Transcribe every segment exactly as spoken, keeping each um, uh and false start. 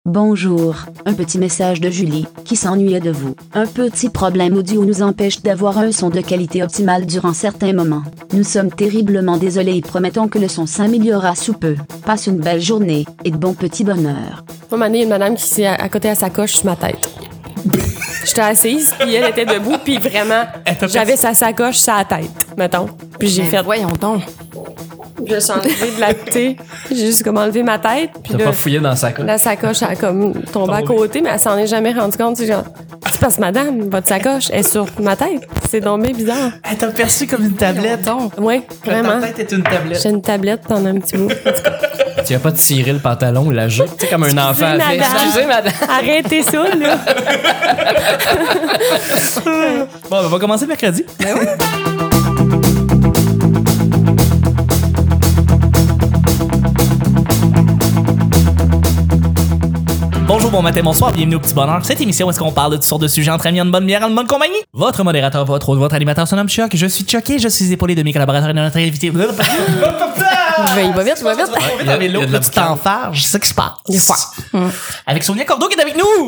Bonjour, un petit message de Julie, qui s'ennuyait de vous. Un petit problème audio nous empêche d'avoir un son de qualité optimale durant certains moments. Nous sommes terriblement désolés et promettons que le son s'améliorera sous peu. Passe une belle journée, et de bon petit bonheur. Moi, il y a une madame qui s'est à côté à sa coche sur ma tête. J'étais assise, puis elle était debout, puis vraiment, j'avais sa sacoche sur la tête, mettons. Puis j'ai Mais fait... voyons donc. Je suis enlevée de la thé. J'ai juste comme enlevé ma tête. Puis T'as là, pas fouillé dans sa coche? la sacoche a comme tombé à côté, mais elle s'en est jamais rendue compte. C'est genre, c'est parce que madame, votre sacoche est sur ma tête. C'est donc bien bizarre. Elle t'a perçu comme une tablette. Oui, vraiment. Ta tête est une tablette. J'ai une tablette pendant un petit bout. Tu as pas tiré le pantalon ou la jupe, tu sais, comme un enfant. madame. Excusez, madame. Arrêtez ça, là. Bon, on va commencer le mercredi. Ben oui. Bonjour, bon matin, bonsoir, bienvenue au Petit Bonheur. Cette émission où est-ce qu'on parle de toutes sortes de sujets entre amis, en bonne bière, en bonne compagnie. Votre modérateur, votre hôte, votre animateur, son nom Chuck. Je suis Chucky, je suis épaulé de mes collaborateurs et de notre invité. Il va, il va vite, il va vite. Il y a de l'autre la petit enfarge, c'est ce qui se passe. Il y a quoi? Avec Sonia Cordeau qui est avec nous.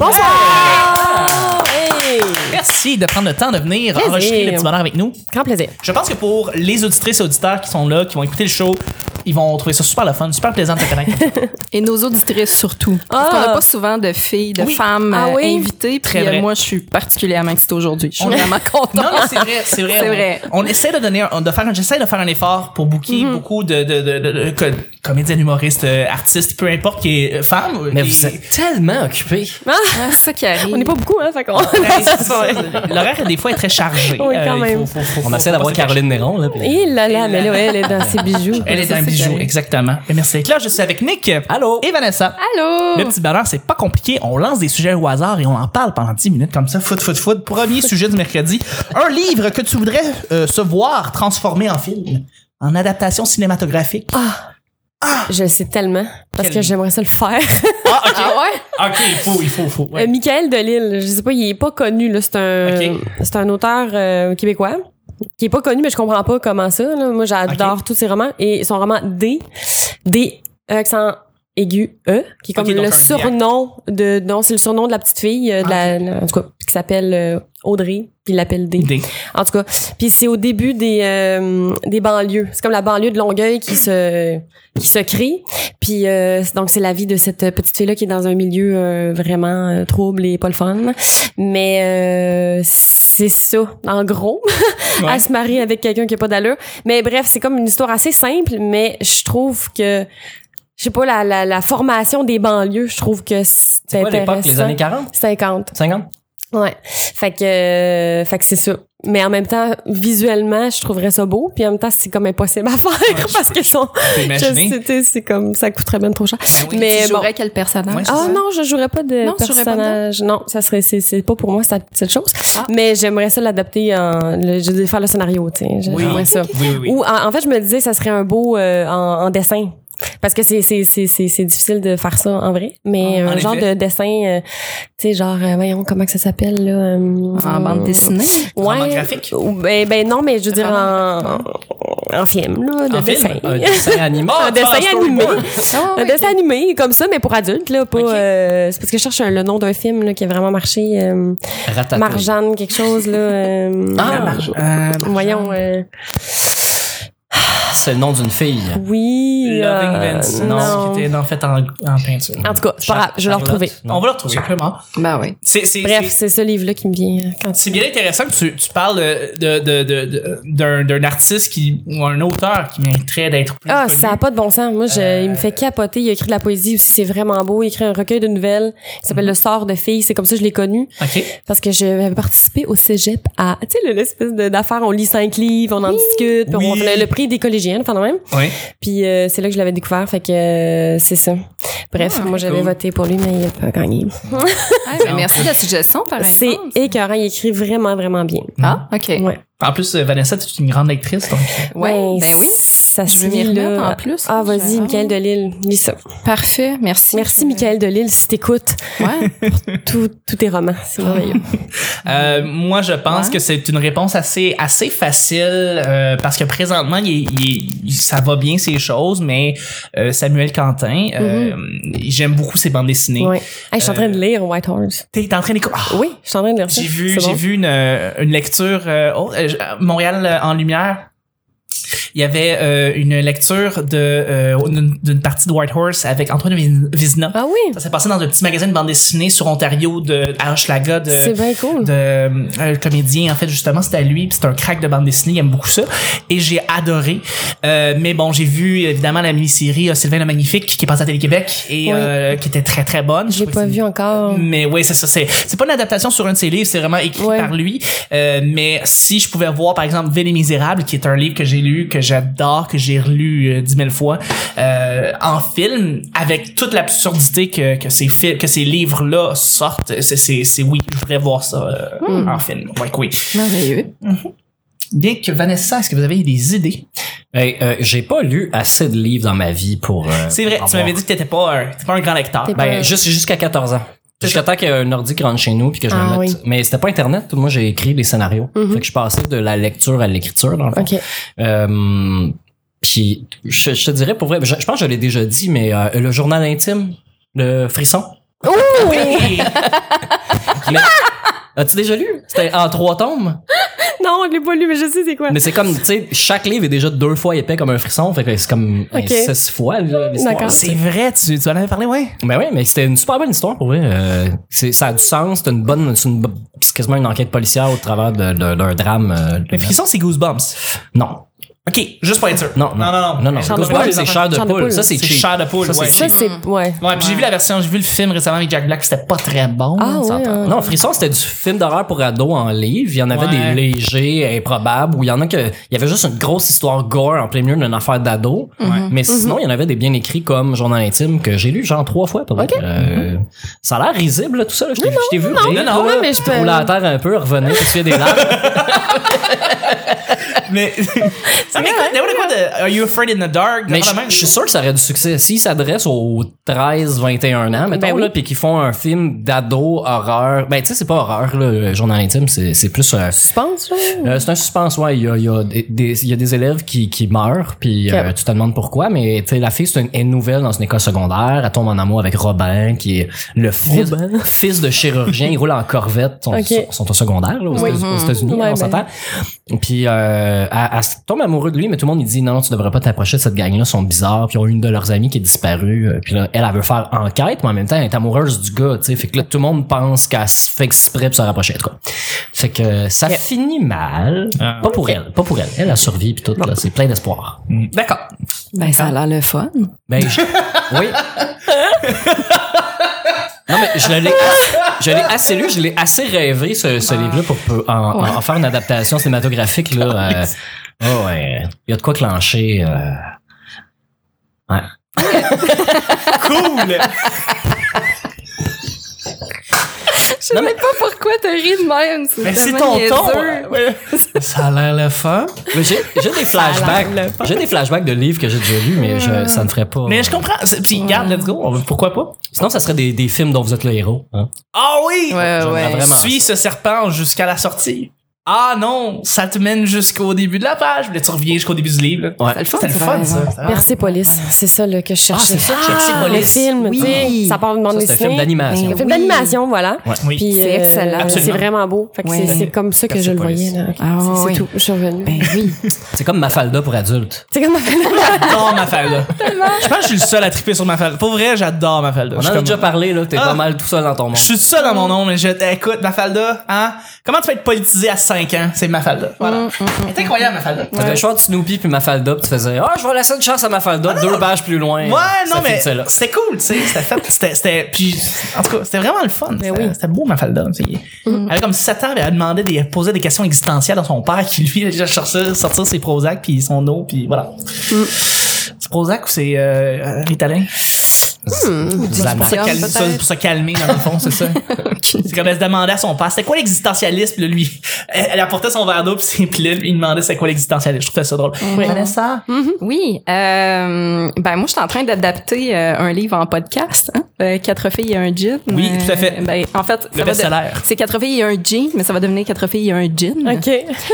Bonsoir! Hey! Merci de prendre le temps de venir Plaisir. enregistrer le Petit Bonheur avec nous. Grand plaisir. Je pense que pour les auditrices et auditeurs qui sont là, qui vont écouter le show, ils vont trouver ça super le fun, super plaisant de te connaître. Et nos auditrices surtout. Ah. Parce qu'on n'a pas souvent de filles, de Oui. femmes Ah euh, oui? invitées. Très Puis vrai. euh, moi, je suis particulièrement excitée aujourd'hui. Je suis On- vraiment contente. Non, mais c'est vrai, c'est vrai. C'est on, vrai. On essaie de donner, un- de faire, un- j'essaie de faire un effort pour booker Mm-hmm. beaucoup de, de, de, de, de co- comédiennes, humoristes, euh, artistes, peu importe qui est euh, femme. Mais qui- vous êtes tellement occupés. Ah, c'est ça qui arrive. On n'est pas beaucoup, hein, fait qu'on... Ouais, c'est ça. L'horaire, des fois, est très chargé. Oui, quand il même. faut- faut- faut- On faut essaie pas d'avoir se cacher. Caroline Néron, là. puis- Et là là, mais là, elle est dans ses bijoux. Elle est Ça, un c'est bijou, correct. exactement. Et merci d'être là. Je suis avec Nick. Allô? Et Vanessa. Allô? Le Petit Bonheur, c'est pas compliqué. On lance des sujets au hasard et on en parle pendant dix minutes comme ça. Foot, foot, foot. Premier sujet du mercredi. Un livre que tu voudrais euh, se voir transformé en film, en adaptation cinématographique. Je sais tellement, parce Quel- que j'aimerais ça le faire. Ah, ok. Ah ouais? Ok, il faut, il faut, il faut. Ouais. Euh, Michael Delisle, je sais pas, il est pas connu, là. C'est un, Ok. c'est un auteur euh, québécois qui est pas connu, mais je comprends pas comment ça, là. Moi, j'adore Ok. tous ses romans. Et son roman D, D, E, accent aigu, E, qui est comme Ok, donc le un surnom de, non, c'est le surnom de la petite fille, euh, de la, la- en tout cas, qui s'appelle euh, Audrey, puis il l'appelle D. Idée. En tout cas, puis c'est au début des euh, des banlieues. C'est comme la banlieue de Longueuil qui se qui se crée. Puis euh, c'est- donc c'est la vie de cette petite fille là qui est dans un milieu euh, vraiment euh, trouble et pas le fun. Mais euh, c'est ça, en gros. Ouais. Elle se marie avec quelqu'un qui a pas d'allure. Mais bref, c'est comme une histoire assez simple, mais je trouve que je sais pas la, la la formation des banlieues, je trouve que c'est C'est quoi l'époque, les intéressant. années quarante? cinquante. cinquante? Ouais. Fait que, euh, fait que c'est ça. Mais en même temps, visuellement, je trouverais ça beau. Puis en même temps, c'est comme impossible à faire parce que son, peux je imaginer. sais, tu sais, c'est comme, ça coûterait bien trop cher. oui. Mais Tu bon. jouerais quel personnage? Ouais, c'est Ah ça. non, je jouerais pas de Non, tu jouerais pas personnage. Non, ça serait, c'est, c'est pas pour moi cette, cette chose. Ah. Mais j'aimerais ça l'adapter en, le, je veux dire, faire le scénario, tu sais. Oui. J'aimerais ça. Oui, oui, oui. Ou en, en fait, je me disais, ça serait un beau euh, en, en dessin. Parce que c'est c'est c'est c'est c'est difficile de faire ça en vrai, mais En un genre effet. de dessin, euh, tu sais, genre, euh, voyons comment que ça s'appelle là. euh, En bande dessinée? Roman Ouais. graphique? Ou- Ben, ben non, mais je veux dire en, en film, là, de En film? dessin. Un dessin animé. Un dessin animé. Ah, Un oui, dessin ok. animé, comme ça, mais pour adultes, là, pas... Ok. euh, c'est parce que je cherche un- le nom d'un film là, qui a vraiment marché. Euh, Ratatouille. Marjane, quelque chose, là. euh, Ah, euh, voyons. euh, C'est le nom d'une fille. oui. Loving euh, Vincent, non. qui était en fait en, en peinture. En tout cas, c'est pas grave, je vais le retrouver. On va le retrouver simplement. Ben oui. C'est, c'est, Bref, c'est- c'est ce livre-là qui me vient euh, quand c'est bien intéressant que tu, tu parles de, de, de, de- d'un, d'un artiste qui, ou un auteur qui mériterait d'être plus Ah, connu. ça a pas de bon sens. Moi, je, Euh, il me fait capoter. Il a écrit de la poésie aussi, c'est vraiment beau. Il a écrit un recueil de nouvelles qui s'appelle Le sort de filles. C'est comme ça que je l'ai connu. OK. Parce que j'avais participé au cégep à, tu sais, le- l'espèce de- d'affaire, on lit cinq livres, on en discute, puis Oui. on a le prix des collégiennes, enfin, de même. Oui. Puis euh, c'est là que je l'avais découvert, fait que euh, c'est ça. Bref, Ah, moi, j'avais cool. voté pour lui, mais il a pas gagné. Ah, ben merci de la suggestion, par C'est exemple. écœurant. Il écrit vraiment, vraiment bien. Ah, OK. Ouais. En plus, euh, Vanessa, tu es une grande lectrice, donc. Ouais, Ben, ben oui. Ça Je se vais m'y lit, remettre là. en plus. Ah, vas-y, Je- Michael Delille, lis ça. Parfait, merci. Merci, Michael Delille, si t'écoutes Ouais. tous tous tes romans. C'est merveilleux. Euh, moi, je pense Ouais. que c'est une réponse assez assez facile euh, parce que présentement, il, est- il, est- ça va bien ces choses, mais euh, Samuel Quentin, euh, j'aime beaucoup ses bandes dessinées. Ouais. Hey, je suis en train de lire White Horse. T'es t'es en train d'écouter. Ah, Oui, je suis en train de lire ça. j'ai vu C'est j'ai bon. vu une euh, une lecture euh, oh, euh, Montréal euh, en lumière. Il y avait euh, une lecture de euh, d'une d'une partie de White Horse avec Antoine Vézina. Ah oui, Ça s'est passé dans un petit magasin de bande dessinée sur Ontario de à Hochelaga de c'est bien cool. de euh, le comédien, en fait, justement, c'était à lui, puis c'est un crack de bande dessinée, il aime beaucoup ça, et j'ai adoré. Euh, mais bon, j'ai vu évidemment la mini-série euh, Sylvain le Magnifique qui est passée à Télé-Québec et Oui. euh, qui était très très bonne. J'ai Je pas trouvais que vu encore. mais oui, c'est ça. C'est, c'est pas une adaptation sur un de ses livres, c'est vraiment écrit Ouais. par lui. Euh, mais si je pouvais voir, par exemple, Ville et Misérables, qui est un livre que j'ai lu, que j'adore, que j'ai relu euh, dix mille fois, euh, en film, avec toute l'absurdité que, que ces films, que ces livres-là sortent, c'est, c'est, c'est oui, je voudrais voir ça euh, Hmm. en film. Ouais, que oui. Merveilleux. Bien que Vanessa, est-ce que vous avez des idées? Hey, euh, j'ai pas lu assez de livres dans ma vie pour. euh, C'est vrai, en tu m'avais voir. dit que t'étais pas un, t'es pas un grand lecteur. T'es Ben, pas- juste jusqu'à quatorze ans. C'est Jusqu'à temps qu'il y ait un ordi qui rentre chez nous puis que je Ah me mette. oui. Mais c'était pas Internet. Moi, j'ai écrit des scénarios. Mhm. Fait que je passais de la lecture à l'écriture, dans le fond. OK. Euh, puis, je, je te dirais, pour vrai, je, je pense que je l'ai déjà dit, mais euh, le journal intime, le frisson. Oui! Mais, as-tu déjà lu? C'était en trois tomes. Non, je l'ai pas lu, mais je sais c'est quoi. Mais c'est comme, tu sais, chaque livre est déjà deux fois épais comme un frisson. Fait que c'est comme Ok. un six fois, là, l'histoire. D'accord. C'est vrai, tu, tu en avais parlé, ouais. Ben oui, mais c'était une super bonne histoire pour vrai. Euh, c'est, ça a du sens, c'est une bonne, c'est, une, bo- c'est quasiment une enquête policière au travers de, de- d'un drame. Euh, Le frisson, c'est Goosebumps. Non. OK, juste pour être sûr. Non, non, non. non. Non, non. Chair de Goosebumps, poule. c'est chair de Chair de poule. poule. Ça, c'est C'est cheap. chair de poule, Ça, c'est ouais. Ça, cheap. c'est. Ouais. Ouais, puis j'ai vu la version, j'ai vu le film récemment avec Jack Black, c'était pas très bon. Ah, on ouais, s'entend. ouais. Non, Frisson, c'était du film d'horreur pour ados en livre. Il y en avait Ouais. des légers, improbables, où il y en a que, il y avait juste une grosse histoire gore en plein milieu d'une affaire d'ado. Mais sinon, il y en avait des bien écrits comme Journal intime que j'ai lu genre trois fois. Pour vrai. Euh, ça a l'air risible, là, tout ça. Là. Je t'ai, je t'ai vu rire, non, là, ouais, mais je te peux- rouler à terre un peu, revenir, tu fais des larmes. Mais, ça m'écoute, n'importe quoi de Are You Afraid in the Dark? Mais genre de je même. je suis sûr que ça aurait du succès. S'ils s'adressent aux treize vingt et un ans, mettons, Ben oui. là, puis qu'ils font un film d'ado, horreur. Ben, tu sais, c'est pas horreur, là, le journal intime, c'est, c'est plus... euh, Tu penses, là? Euh, c'est un suspense, ouais. Il y a, il y a, des, des- il y a des élèves qui, qui meurent, puis euh, Ok. tu te demandes pourquoi, mais tu sais, la fille, c'est une, est nouvelle dans une école secondaire. Elle tombe en amour avec Robin, qui est le fils, Robin. fils de chirurgien. Il roule en corvette. Ils sont, Ok. sont- sont au secondaire, là, aux, Oui. États- aux États-Unis, Ouais, on ben. s'entend. Puis euh, elle, elle se tombe amoureuse de lui, mais tout le monde il dit non, tu devrais pas t'approcher de cette gang-là, ils sont bizarres. Puis ils ont une de leurs amies qui est disparue. Euh, Puis là, elle, elle veut faire enquête, mais en même temps, elle est amoureuse du gars, tu sais. Fait que là, tout le monde pense qu'elle se fait exprès pour se rapprocher, quoi. Fait que ça Ok. finit mal. Ah. Pas pour elle, pas pour elle. Elle a survécu puis tout, là. C'est plein d'espoir. D'accord. Ben, ça a l'air le fun. Ben, je- oui. Non, mais je l'ai, je l'ai assez lu, je l'ai assez rêvé, ce, ce livre-là, pour, pour en, en- en faire une adaptation cinématographique, là. Euh, oh, ouais. Il y a de quoi clencher, euh... Ouais. Cool! Je sais même pas pourquoi t'as ri de même. C'est Mais c'est tellement ton ton! niaiseux. Ouais. Ça a l'air le fun. Mais j'ai, j'ai des flashbacks. J'ai des flashbacks de livres que j'ai déjà lus, mais je, ça ne ferait pas. Mais je comprends. C'est- Puis, regarde, let's go. On veut- Pourquoi pas? Sinon, ça serait des, des films dont vous êtes le héros. Hein? Ah oui! Ouais, J'aimerais ouais. vraiment. Suis ce serpent jusqu'à la sortie. Ah non, ça te mène jusqu'au début de la page. Là, tu reviens jusqu'au début du livre. Là. Ouais. C'est le fun, C'est le fun, ça. Ça va. Merci, Police. C'est ça là, que je cherchais. Ah, c'est ça, Merci, le Police. film, Oui. tu sais, ça parle de bande Ça, c'est un dessinée. film d'animation. Un film Oui. d'animation, voilà. Oui. Puis, C'est euh, excellent. C'est Absolument. vraiment beau. Fait que Ouais. c'est, c'est comme ça que Merci, je le Police. voyais. Là. Ok, Ah, c'est, c'est oui. tout. Je suis revenue. Ben oui. C'est comme Mafalda pour adultes. C'est comme ma famille. J'adore Mafalda. Je pense que je suis le seul à triper sur Mafalda. Pour vrai, j'adore Mafalda. On Je en suis a déjà comme- parlé, là. T'es Ah. pas mal tout seul dans ton monde. Je suis seul dans mon nom, mais je, écoute, Mafalda, hein? Comment tu peux être politisé à cinq ans? C'est Mafalda. Voilà. C'est incroyable, Mafalda. T'avais le choix de Snoopy puis Mafalda, puis tu faisais ah je vais laisser une chance à Mafalda, deux pages plus loin. Ouais, ça non, mais finissait là. c'était cool, tu sais. C'était fait, c'était, c'était, puis, en tout cas, c'était vraiment le fun. C'était, oui. c'était beau, Mafalda. tu sais. Elle avait comme sept ans, elle demandait des, posait des questions existentielles à son père qui, lui, a déjà cherché sortir ses Prozac puis son eau, puis voilà. C'est Prozac ou c'est, euh, Ritalin? Hmm, C'est pour, se lithium, calmer, ça, peut-être. pour se calmer, dans le fond, c'est ça. C'est comme elle se demandait à son père, c'était quoi l'existentialisme, là, lui? Elle, elle apportait son verre d'eau, puis puis là, il demandait c'est quoi l'existentialisme. Je trouvais ça drôle. Oui. Vanessa? Oui. Euh, ben, moi, je suis en train d'adapter euh, un livre en podcast. Hein? Euh, Quatre filles et un gin. Oui, tout à fait. Euh, ben, en fait, Le ça va de- best-seller. c'est Quatre filles et un gin, mais ça va devenir Quatre filles et un gin. OK.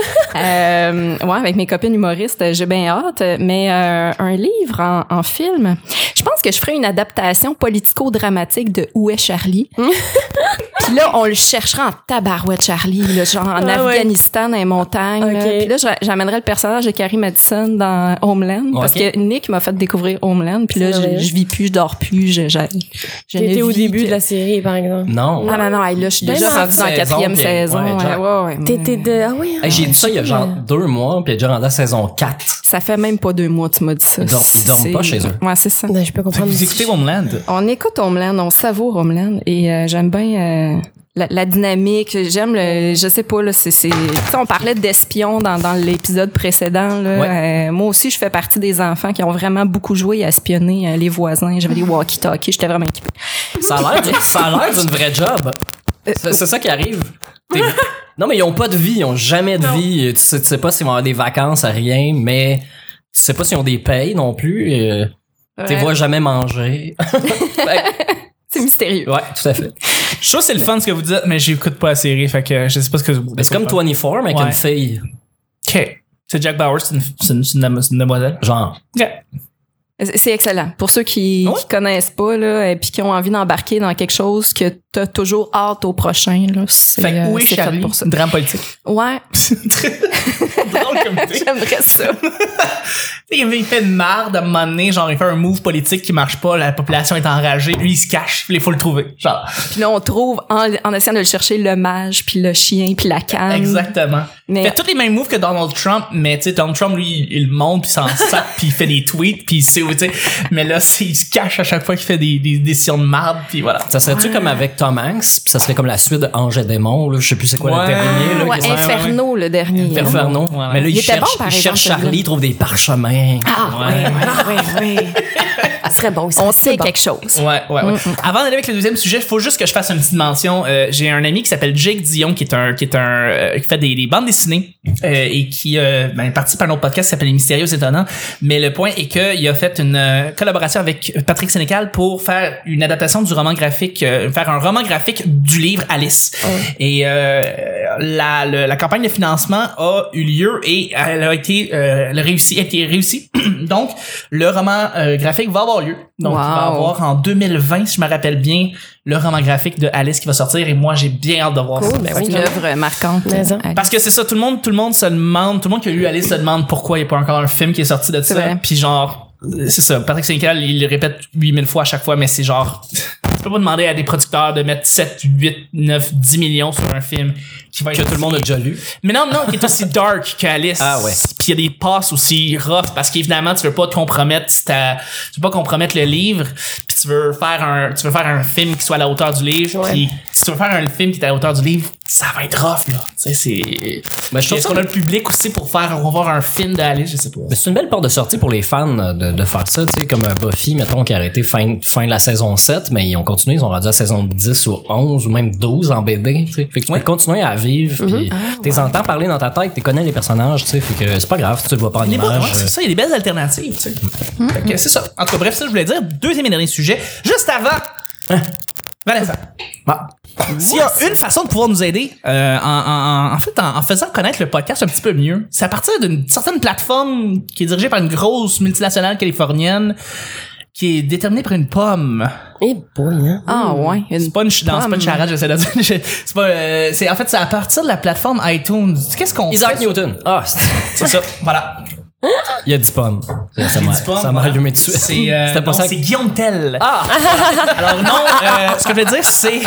Euh, ouais, avec mes copines humoristes, j'ai bien hâte. Mais euh, un livre en, en film, je pense que je ferai une adaptation politico-dramatique de Où est Charlie? Puis là, on le cherchera en tabarouette, Charlie, là, genre en Ah ouais. Afghanistan, dans les montagnes. là. Ok. Puis là, j'a- j'amènerais le personnage de Carrie Madison dans Homeland, parce Ok. que Nick m'a fait découvrir Homeland. Puis là, C'est vrai. je, je vis plus, je dors plus, je, je, je ne T'étais au vis début que- de la série, par exemple. Non. Ah non, non, hey, là, je suis Ben déjà non. rendue dans la Saison, quatrième puis- saison. ouais, Ouais, genre. ouais, ouais. T'étais de... Ah oui. Hey, j'ai dit ça il y a genre deux mois, puis elle est déjà rendue à saison quatre. Ça fait même pas deux mois que tu m'as dit ça. Ils dorment- ils dorment C'est- pas chez eux. Ouais, c'est ça. Ben, je peux comprendre. Vous écoutez Homeland? On écoute Homeland, on savoure Homeland et euh, j'aime bien euh, la, la dynamique. J'aime le, je sais pas là, c'est, c'est, tu sais, on parlait d'espions dans, dans l'épisode précédent là. Ouais. Euh, moi aussi, je fais partie des enfants qui ont vraiment beaucoup joué à espionner euh, les voisins. J'avais des walkie-talkies, j'étais vraiment équipée. Ça a l'air, du- ça a l'air d'une vraie job. C'est, c'est ça qui arrive. T'es- Non, mais ils ont pas de vie, ils ont jamais de vie. Tu sais, tu sais pas s'ils vont avoir des vacances, rien, mais tu sais pas s'ils ont des payes non plus. Euh, Tu les Ouais. vois jamais manger. Fait C'est mystérieux. que- ouais, tout à fait. Je trouve que c'est le fun ce que vous dites, mais j'écoute pas la série, fait que je sais pas ce que vous. Mais c'est comme vingt-quatre, mais avec Ouais. une fille. OK. C'est Jack Bauer, c'est une, c'est une, c'est une, c'est une demoiselle. Genre. OK. C'est excellent. Pour ceux qui, Ouais. qui connaissent pas là, et puis qui ont envie d'embarquer dans quelque chose que t'as toujours hâte au prochain là, c'est, Fait que où euh, est c'est fait Charlie? pour ça. Drame politique. Ouais, C'est très drôle comme idée. j'aimerais ça. Tu sais, il fait une marde à un moment donné, genre il fait un move politique qui marche pas, la population est enragée, lui il se cache, puis il faut le trouver. Genre. Puis là, on trouve, en, en essayant de le chercher, le mage, puis le chien, puis la canne. Exactement. Il Mais fait tous les mêmes moves que Donald Trump, mais tu sais, Donald Trump, lui, il, il monte, puis s'en sac, puis il fait des tweets, puis c'est tu sais. Mais là, c'est, il se cache à chaque fois qu'il fait des, des décisions de marde, puis voilà. Ça serait-tu comme avec Tom Hanks, pis ça serait comme la suite de Ange et Démon, là, je sais plus c'est quoi Ouais. le dernier, là. ouais, qui est- Inferno, le dernier. hein. Inferno. Ouais, ouais. Mais là, il, Il était cherche, bon, par il exemple, cherche Charlie, celui-là. il trouve des parchemins. Ah, Ouais. oui, oui, oui. Ça serait bon. Ça On serait sait bon. quelque chose. Ouais, ouais, ouais. Avant d'aller avec le deuxième sujet, il faut juste que je fasse une petite mention. Euh, j'ai un ami qui s'appelle Jake Dion, qui est un, qui est un, euh, qui fait des, des bandes dessinées euh, et qui euh, ben, participe à un autre podcast qui s'appelle Les Mystérieux Étonnants. Mais le point est qu'il a fait une euh, collaboration avec Patrick Sénécal pour faire une adaptation du roman graphique, euh, faire un roman graphique du livre Alice. Et euh, la, le- la campagne de financement a eu lieu et elle a été, euh, elle a réussi, a été réussie. Donc, le roman euh, graphique va avoir lieu. Donc, Wow. il va avoir en deux mille vingt, si je me rappelle bien, le roman graphique de Alice qui va sortir. Et moi, j'ai bien hâte de voir Cool, ça. ben Fait oui. que- Une œuvre marquante. Mais hein. Allez. parce que c'est ça, tout le monde, tout le monde se demande, tout le monde qui a lu Alice se demande pourquoi il n'y a pas encore un film qui est sorti de C'est ça. vrai. Puis genre, c'est ça, Patrick Sénécal, il le répète huit mille fois à chaque fois, mais c'est genre, tu peux pas demander à des producteurs de mettre sept, huit, neuf, dix millions sur un film qui va Que être tout le monde a déjà lu. mais non, non, qui est aussi dark qu'Alice. Ah ouais. Puis il y a des passes aussi rough parce qu'évidemment, tu veux pas te compromettre ta, tu veux pas compromettre le livre, puis tu veux faire un, tu veux faire un film qui soit à la hauteur du livre, Ouais. puis si tu veux faire un film qui est à la hauteur du livre, ça va être rough, là. Tu sais, c'est, Mais je trouve est-ce ça- qu'on a le public aussi pour faire, on va voir un film d'Alice, je sais pas. Mais c'est une belle porte de sortie pour les fans de, de faire ça, tu sais, comme euh, Buffy, mettons, qui a arrêté fin, fin de la saison sept, mais ils ont continué, ils ont rendu à la saison dix ou onze ou même douze en B D, tu sais. Fait que tu Ouais. peux continuer à vivre, puis t'es entends parler dans ta tête, tu connais les personnages, tu sais, fait que c'est pas grave, si tu le vois pas en Il y a des bonnes- image. ouais, c'est ça, il y a des belles alternatives, tu sais. Fait que c'est ça. En tout cas, bref, ça, je voulais dire. Deuxième et dernier sujet. Juste avant. Vanessa. Bon. S'il y a une façon de pouvoir nous aider, euh, en, en, en fait, en, en faisant connaître le podcast un petit peu mieux, c'est à partir d'une certaine plateforme qui est dirigée par une grosse multinationale californienne qui est déterminée par une pomme. Eh boy, hein. Ah, ouais. Une C'est pas une, ch- non, c'est pas une pomme. charade, j'essaie de dire. Je- C'est pas, euh, c'est, en fait, c'est à partir de la plateforme iTunes. Qu'est-ce qu'on Isaac fait? Newton. Ah, c'est- C'est ça. Voilà. il y a dix pommes. Ça, ça m'a, dix pommes, ça m'a voilà. allumé dessus. C'est, euh, C'était pas non, ça. c'est Guillaume Tell. Ah! Alors non, euh, ce que je veux dire, c'est,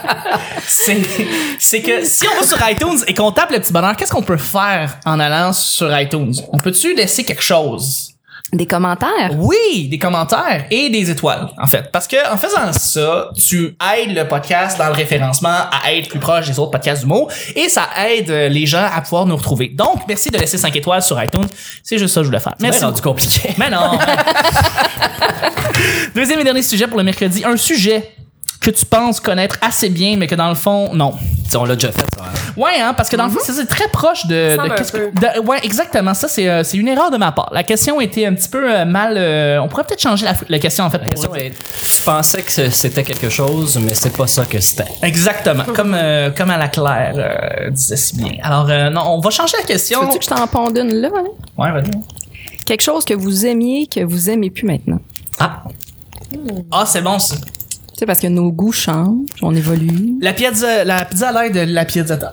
c'est, c'est que si on va sur iTunes et qu'on tape le petit bonheur, qu'est-ce qu'on peut faire en allant sur iTunes? On peut-tu laisser quelque chose? Des commentaires. Oui, des commentaires et des étoiles, en fait. Parce que en faisant ça, tu aides le podcast dans le référencement à être plus proche des autres podcasts d'humour et ça aide euh, les gens à pouvoir nous retrouver. Donc, merci de laisser cinq étoiles sur iTunes. C'est juste ça que je voulais faire. C'est Merci. rendu compliqué. Mais non. Deuxième et dernier sujet pour le mercredi. Un sujet que tu penses connaître assez bien, mais que dans le fond, non. T'sais, on l'a déjà fait, ça. Hein? Ouais, hein, parce que dans le fond, c'est c'est très proche de... Semble de, un qu'est-ce peu. que- de- ouais, exactement. Ça, c'est euh, c'est une erreur de ma part. La question était un petit peu euh, mal... euh, on pourrait peut-être changer la, la question, en fait. La pour- question est, je pensais que c'était quelque chose, mais c'est pas ça que c'était. Exactement. Comme, euh, comme à la Claire euh, disait si bien. Alors, euh, non, on va changer la question. Veux-tu que je t'en ponde une là? hein? Ouais, vas-y. Quelque chose que vous aimiez, que vous aimez plus maintenant. Ah! Ah, c'est bon, ça. Tu sais, parce que nos goûts changent, on évolue. La pizza, la pizza à l'ail de la piazzetta.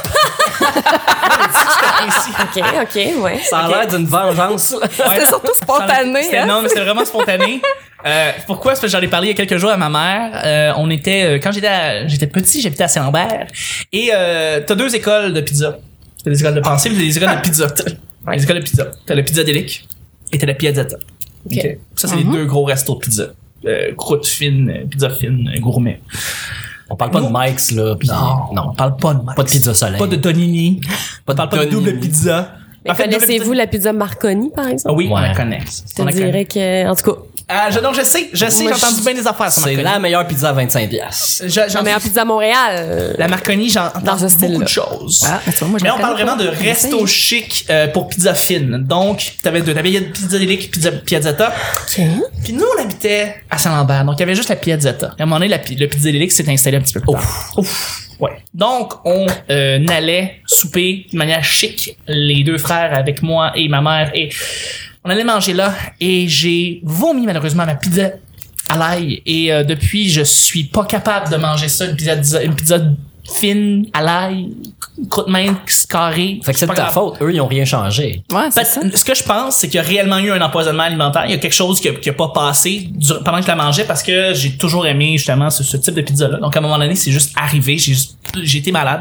OK, OK, ouais. Ça a l'air d'une vengeance. C'était surtout spontané, C'était- hein? Non, mais c'était vraiment spontané. Euh, pourquoi? C'est parce que j'en ai parlé il y a quelques jours à ma mère. Euh, on était, euh, quand j'étais à- j'étais petit, j'habitais à Saint-Lambert. Et euh, t'as deux écoles de pizza. T'as des écoles de pensée, puis t'as des écoles de pizza. Les écoles de pizza. T'as le Pizza Delic et t'as la Piazzetta. Ok. Ça, c'est les deux gros restos de pizza. Euh, croûte fine, euh, pizza fine, euh, gourmet. On parle pas de Mike's, là. Pis, Non, non. on parle pas de Max. Pas de pizza soleil. Pas de Tonini. Pas On parle pas de Tonini. double pizza. Mais En fait, double connaissez-vous pizza- la pizza Marconi, par exemple? Ah oui, on Ouais. la connaît. Je On la te connaît. dirais que, en tout cas, Ah, je, non, je sais, je sais, j'ai Moi, entendu je- bien des affaires sur C'est Marconi. la meilleure pizza à vingt-cinq piastres. Je- j'en la meilleure pizza à Montréal. euh, La Marconi, j'en entends Dans ce beaucoup style-là. de choses. Ah, tu vois, moi, je Mais la on parle connais vraiment pas. de Je vais resto essayer. chic euh, pour pizza fine. Donc, t'avais deux. T'avais Pizza Delic, Pizza Piazzetta. Puis nous, on habitait à Saint-Lambert. Donc, il y avait juste la Piazzetta. Et à un moment donné, la, pi- le Pizza Delic s'est installé un petit peu plus tard. Ouf. Ouais. Donc, on euh, allait souper de manière chic, les deux frères avec moi et ma mère. Et on allait manger là. Et j'ai vomi malheureusement ma pizza à l'ail. Et euh, depuis, je suis pas capable de manger ça, une pizza, une pizza fine à l'ail, croûte mince, carrée. Fait que c'est de pas ta grave. faute. Eux, ils ont rien changé. Ouais, c'est Fait- ça. ce que je pense, c'est qu'il y a réellement eu un empoisonnement alimentaire. Il y a quelque chose qui a, qui a pas passé dur- pendant que je la mangeais parce que j'ai toujours aimé justement ce, ce type de pizza-là. Donc à un moment donné, c'est juste arrivé. J'ai juste, j'ai été malade.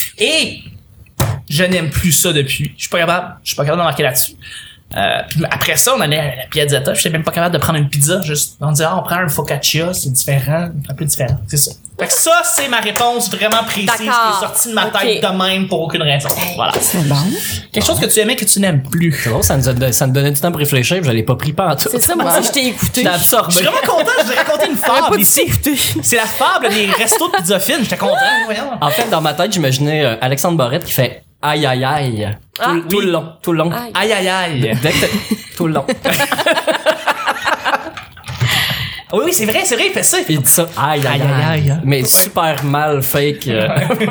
Et je n'aime plus ça depuis. Je suis pas capable. Je suis pas capable de marquer là-dessus. Euh, puis après ça, on allait à la Piazzetta. Je n'étais même pas capable de prendre une pizza. Juste, on disait, ah, on prend un focaccia, c'est différent, un peu différent. C'est ça. Fait que ça, c'est ma réponse vraiment précise qui D'accord. est sortie de ma Ok. tête de même pour aucune raison. Voilà. C'est bon. Quelque chose que tu aimais que tu n'aimes plus. C'est drôle, ça nous, a, ça nous donnait du temps pour réfléchir, puis je l'ai pas pris pas en tout. C'est ça, moi aussi, je t'ai écouté. J'étais absorbé. Je suis vraiment content, je vous ai raconté une J'aurais pas fable dû ici. t'écouter. C'est la fable des restos de pizza fine. J'étais content, voyons. En fait, dans ma tête, j'imaginais euh, Alexandre Borette qui fait aïe aïe aïe. Tout, Ah, tout oui. le long, tout le long. Aïe. Aïe, aïe, aïe. Dès que t'as- tout le long. Oui, oui, c'est vrai, c'est vrai, il fait ça. Il fait- Il dit ça aïe aïe Aïe, aïe, aïe. aïe. Mais super mal fake. euh.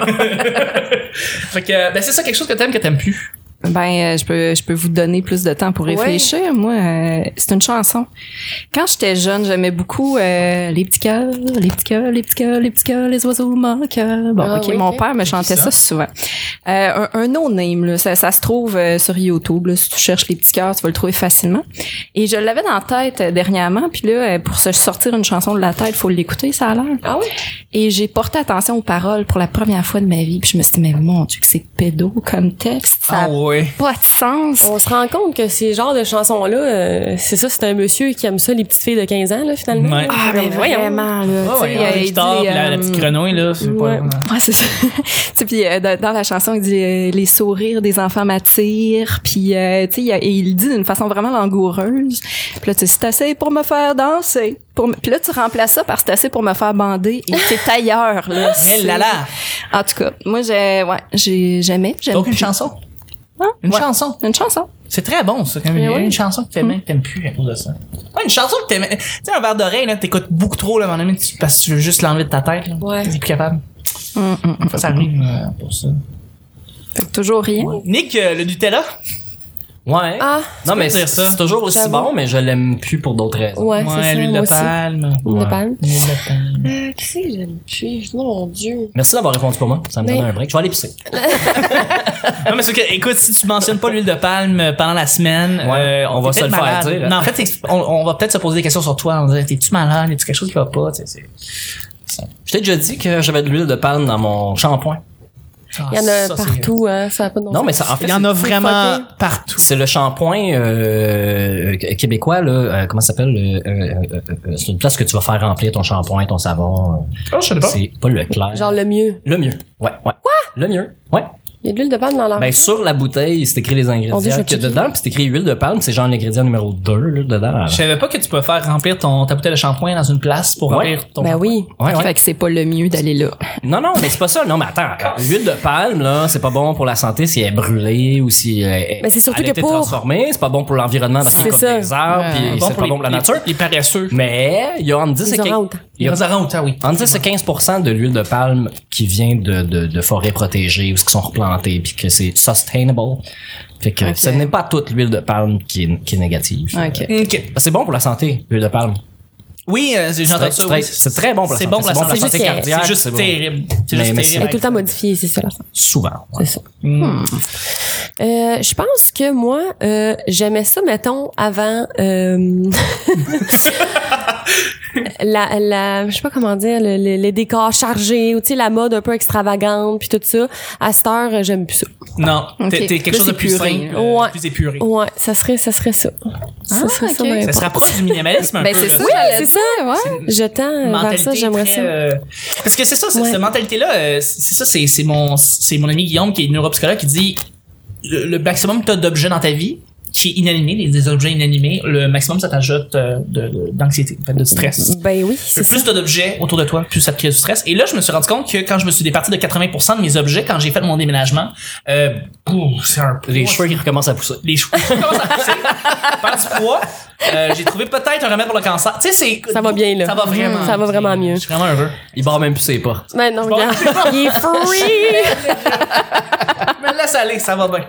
Fait que, ben, c'est ça quelque chose que t'aimes, que t'aimes plus. Ben, euh, je peux, je peux vous donner plus de temps pour Ouais. réfléchir. Moi, euh, c'est une chanson. Quand j'étais jeune, j'aimais beaucoup euh, les petits cœurs, les petits cœurs, les petits cœurs, les petits cœurs, les oiseaux manquent. Bon, Ah, ok, oui, mon ok. père me chantait ça souvent. Euh, un, un no-name, là, ça, ça se trouve euh, sur YouTube. Là, si tu cherches les petits cœurs, tu vas le trouver facilement. Et je l'avais dans la tête euh, dernièrement. Puis là, euh, pour se sortir une chanson de la tête, faut l'écouter, ça a l'air. Ah oui? Et j'ai porté attention aux paroles pour la première fois de ma vie. Puis je me suis dit, mais mon Dieu, que c'est pédo comme texte. Ça Ah a ouais. pas de sens. On se rend compte que ces genres de chansons-là, euh, c'est ça, c'est un monsieur qui aime ça, les petites filles de quinze ans, là, finalement. Ouais. Ah, ben Voyons. vraiment, là. Ouais, tu sais, ouais, euh, la il guitare, dit, puis la, la euh, petite grenouille, là, c'est ouais. pas... Ouais, c'est ça. Tu sais, puis euh, dans, dans la chanson, il dit euh, les sourires des enfants m'attirent, puis euh, tu sais, il, a- il le dit d'une façon vraiment langoureuse. Puis là, tu sais, c'est assez pour me faire danser. Pour me- Puis là, tu remplaces ça par c'est assez pour me faire bander et c'est ailleurs, là. Mais C'est- là là. En tout cas, moi, j'ai, ouais, j'ai, j'aimais, j'aime Donc une plus. chanson. Hein? Une Ouais. chanson. Une chanson. C'est très bon, ça. Quand même. Il y a oui. une chanson que t'aimais, que t'aimes plus à cause de ça. Ouais, une chanson que t'aimais. Tu sais, un verre d'oreille, là, t'écoutes beaucoup trop, là, à un moment donné, tu- parce que tu veux juste l'enlever de ta tête, là. Ouais. T'es plus capable. Hum, hum, hum. Ça, ça arrive, euh, pour ça. Fait que toujours rien. Nick, euh, le Nutella? Ouais. Ah, non, mais peux dire c'est ça. c'est toujours aussi J'avoue. bon, mais je l'aime plus pour d'autres raisons. ouais, c'est ça, l'huile moi de aussi. palme. L'huile de Ouais. palme. L'huile de palme. Euh, qui c'est que j'aime plus? Mon Dieu. Merci d'avoir répondu pour moi. Ça me Mais- donne un break. Je vais aller pisser. Non, mais c'est que, écoute, si tu mentionnes pas l'huile de palme euh, pendant la semaine, Ouais, euh, on va t'es se le peut-être faire malade. dire. Non, en fait, c'est- on, on va peut-être se poser des questions sur toi. On va dire, t'es-tu malade? Y a-tu quelque chose qui va pas? Tu sais, c'est- Je t'ai déjà dit que j'avais de l'huile de palme dans mon shampoing. Ah, Il y en a ça, c'est- partout, hein. Ça a pas de Non, mais ça, en fait, Il y en a c'est vraiment fucké. partout. c'est le shampoing euh, québécois, là. Euh, comment ça s'appelle? Euh, euh, euh, euh, c'est une place que tu vas faire remplir ton shampoing, ton savon. Oh, je sais pas. C'est pas le clair. Genre le mieux. Le mieux. Ouais, ouais. Quoi? Le mieux. Ouais. Il y a de l'huile de palme dans leur. Ben, sur la bouteille, c'est écrit les ingrédients On dit, je vais qu'il y a checker. dedans, puis c'est écrit huile de palme, c'est genre l'ingrédient numéro deux, là, dedans. Je savais pas que tu peux faire remplir ton, ta bouteille de shampoing dans une place pour Ouais. remplir ton Ben shampoing. oui. Ouais, ouais. Fait que c'est pas le mieux d'aller là. Non, non, mais c'est pas ça. Non, mais attends. L'huile de palme, là, c'est pas bon pour la santé si elle est brûlée ou si elle, Mais c'est surtout elle a que été pour- transformée. C'est pas bon pour l'environnement parce C'est qu'il y a comme ça. des arbres, Ouais. puis Bon c'est pas bon pour la les- nature. Les paresseux. Mais il y a entre dix Les et quinze oranges. il y a Les oranges, ah oui. entre dix et quinze pour cent de l'huile de palme qui vient de, de, de forêts protégées ou qui sont replantées puis que c'est sustainable. Fait que Ok. ce n'est pas toute l'huile de palme qui est, qui est négative. OK. OK. C'est bon pour la santé, l'huile de palme. Oui, euh, j'ai C'est entendu très, ça. très- oui. c'est très bon pour la C'est santé. bon pour la santé. C'est juste que- cardiaque. C'est juste bon. terrible. C'est Mais- juste mais Elle est terrible. tout le temps modifiée, c'est ça la fin. Souvent. C'est ça. Mm. Euh, je pense que moi, euh, j'aimais ça, mettons, avant euh, la, la, je sais pas comment dire, le- le- les décors chargés, ou tu sais, la mode un peu extravagante, puis tout ça. À cette heure, euh, j'aime plus ça. Non, Ok. t'es t'es quelque Plus chose de plus épuré, simple, là. euh, Ouais. plus épuré. Ouais, ça serait, ça serait ça. ça serait ok. ça, mon Ça se import. rapproche du minimalisme un Ben, peu. c'est là. ça, Oui, j'allais c'est ça, ouais. Je tends Une vers mentalité ça, j'aimerais très, ça. euh, parce que c'est ça, c'est- Ouais. cette mentalité-là, euh, c'est ça, c'est c'est mon, c'est mon ami Guillaume qui est neuropsychologue qui dit le, le maximum que t'as d'objets dans ta vie qui est inanimé, les, des objets inanimés, le maximum ça t'ajoute euh, de- de- d'anxiété, en fait, de stress. Ben oui, c'est Le ça. plus t'as d'objets autour de toi, plus ça te crée du stress. Et là, je me suis rendu compte que quand je me suis départi de quatre-vingts pour cent de mes objets, quand j'ai fait mon déménagement, euh, pouf, c'est un Les cheveux qui recommencent à pousser. les cheveux commencent à pousser, perdre du poids. Euh, j'ai trouvé peut-être un remède pour le cancer. Tu sais, c'est Ça va bien, là. Ça va vraiment. Ça va vraiment mieux. Je suis vraiment heureux. Il barre même plus ses portes. Ben non, Bon. regarde. Il est free! Je me laisse aller, ça va bien.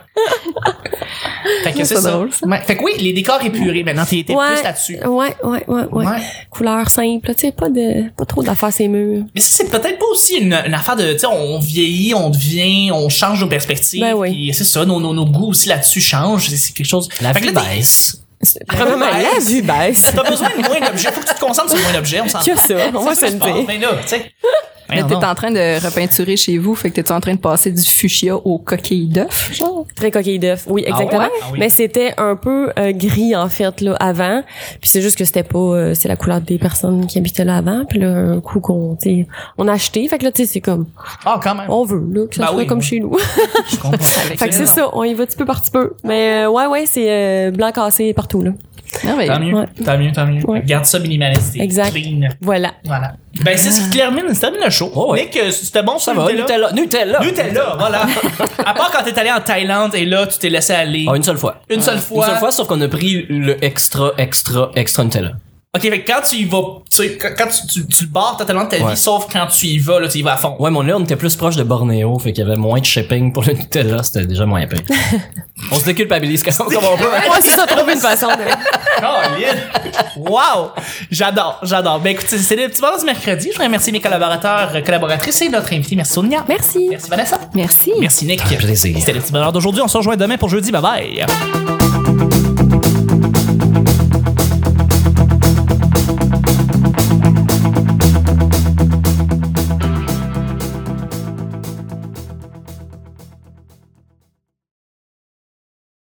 Fait que c'est C'est ça. drôle, ça. Ouais. Fait que oui, les décors épurés, maintenant, t'es t'es Ouais. plus là-dessus. Ouais, ouais, ouais, ouais. Ouais. Couleur simple, tu sais, pas de, pas trop d'affaires ces murs. Mais ça, c'est peut-être pas aussi une, une affaire de, tu sais, on vieillit, on devient, on change nos perspectives. Ben oui. Puis c'est ça, nos, nos, nos goûts aussi là-dessus changent. C'est c'est quelque chose. La Fait que vie là, t'es- baisse. Premièrement, la baisse. vue baisse. T'as besoin de moins d'objets. Faut que tu te concentres sur moins d'objets. On s'en Que ça, on va se le dire. Mais là, tu sais. Mais Voyons t'es donc. en train de repeinturer chez vous, fait que t'es en train de passer du fuchsia aux coquilles d'œufs, genre? Très coquille d'œuf. Oui, exactement. ouais? Ah oui. Mais c'était un peu euh, gris, en fait, là, avant. Puis c'est juste que c'était pas, euh, c'est la couleur des personnes qui habitaient là avant. Puis là, un coup qu'on, tu sais, on a acheté. Fait que là, tu sais, c'est comme, Ah, quand même. on veut, là, que ça Ben soit oui, comme oui. chez nous. Je comprends. Fait que c'est ça, on y va petit peu par petit peu. Mais euh, ouais, ouais, c'est euh, blanc cassé partout, là. Non, mais Tant mieux, Ouais. tant mieux, tant mieux. Ouais. Garde ça minimaliste et Exact. clean. Voilà. Voilà. Ben, c'est ce qui termine, ça termine le show. Oh, ouais. Nick, euh, c'était bon, Ça ça, va, Nutella? Nutella. Nutella. Nutella, voilà. À part quand t'es allé en Thaïlande et là, tu t'es laissé aller. Ah, une seule fois. Une seule fois. Une seule fois, sauf qu'on a pris le extra, extra, extra Nutella. Ok, fait que quand tu y vas, tu sais, quand quand tu, tu, tu le barres totalement de ta Ouais. vie, sauf quand tu y vas, là, tu y vas à fond. Ouais, mais là, on était plus proche de Bornéo, fait qu'il y avait moins de shipping pour le Nutella, c'était déjà moins pire. On se déculpabilise quand comme on peut. hein. Ouais, c'est ça, trouver une façon de. Caroline! Wow! J'adore, j'adore. Ben écoute, c'est le petit bonheur du mercredi. Je voudrais remercier mes collaborateurs, euh, collaboratrices et notre invité. Merci Sonia. Merci. Merci Vanessa. merci. Merci Nick. Plaisir. C'était le petit bonheur d'aujourd'hui. On se rejoint demain pour jeudi. Bye bye.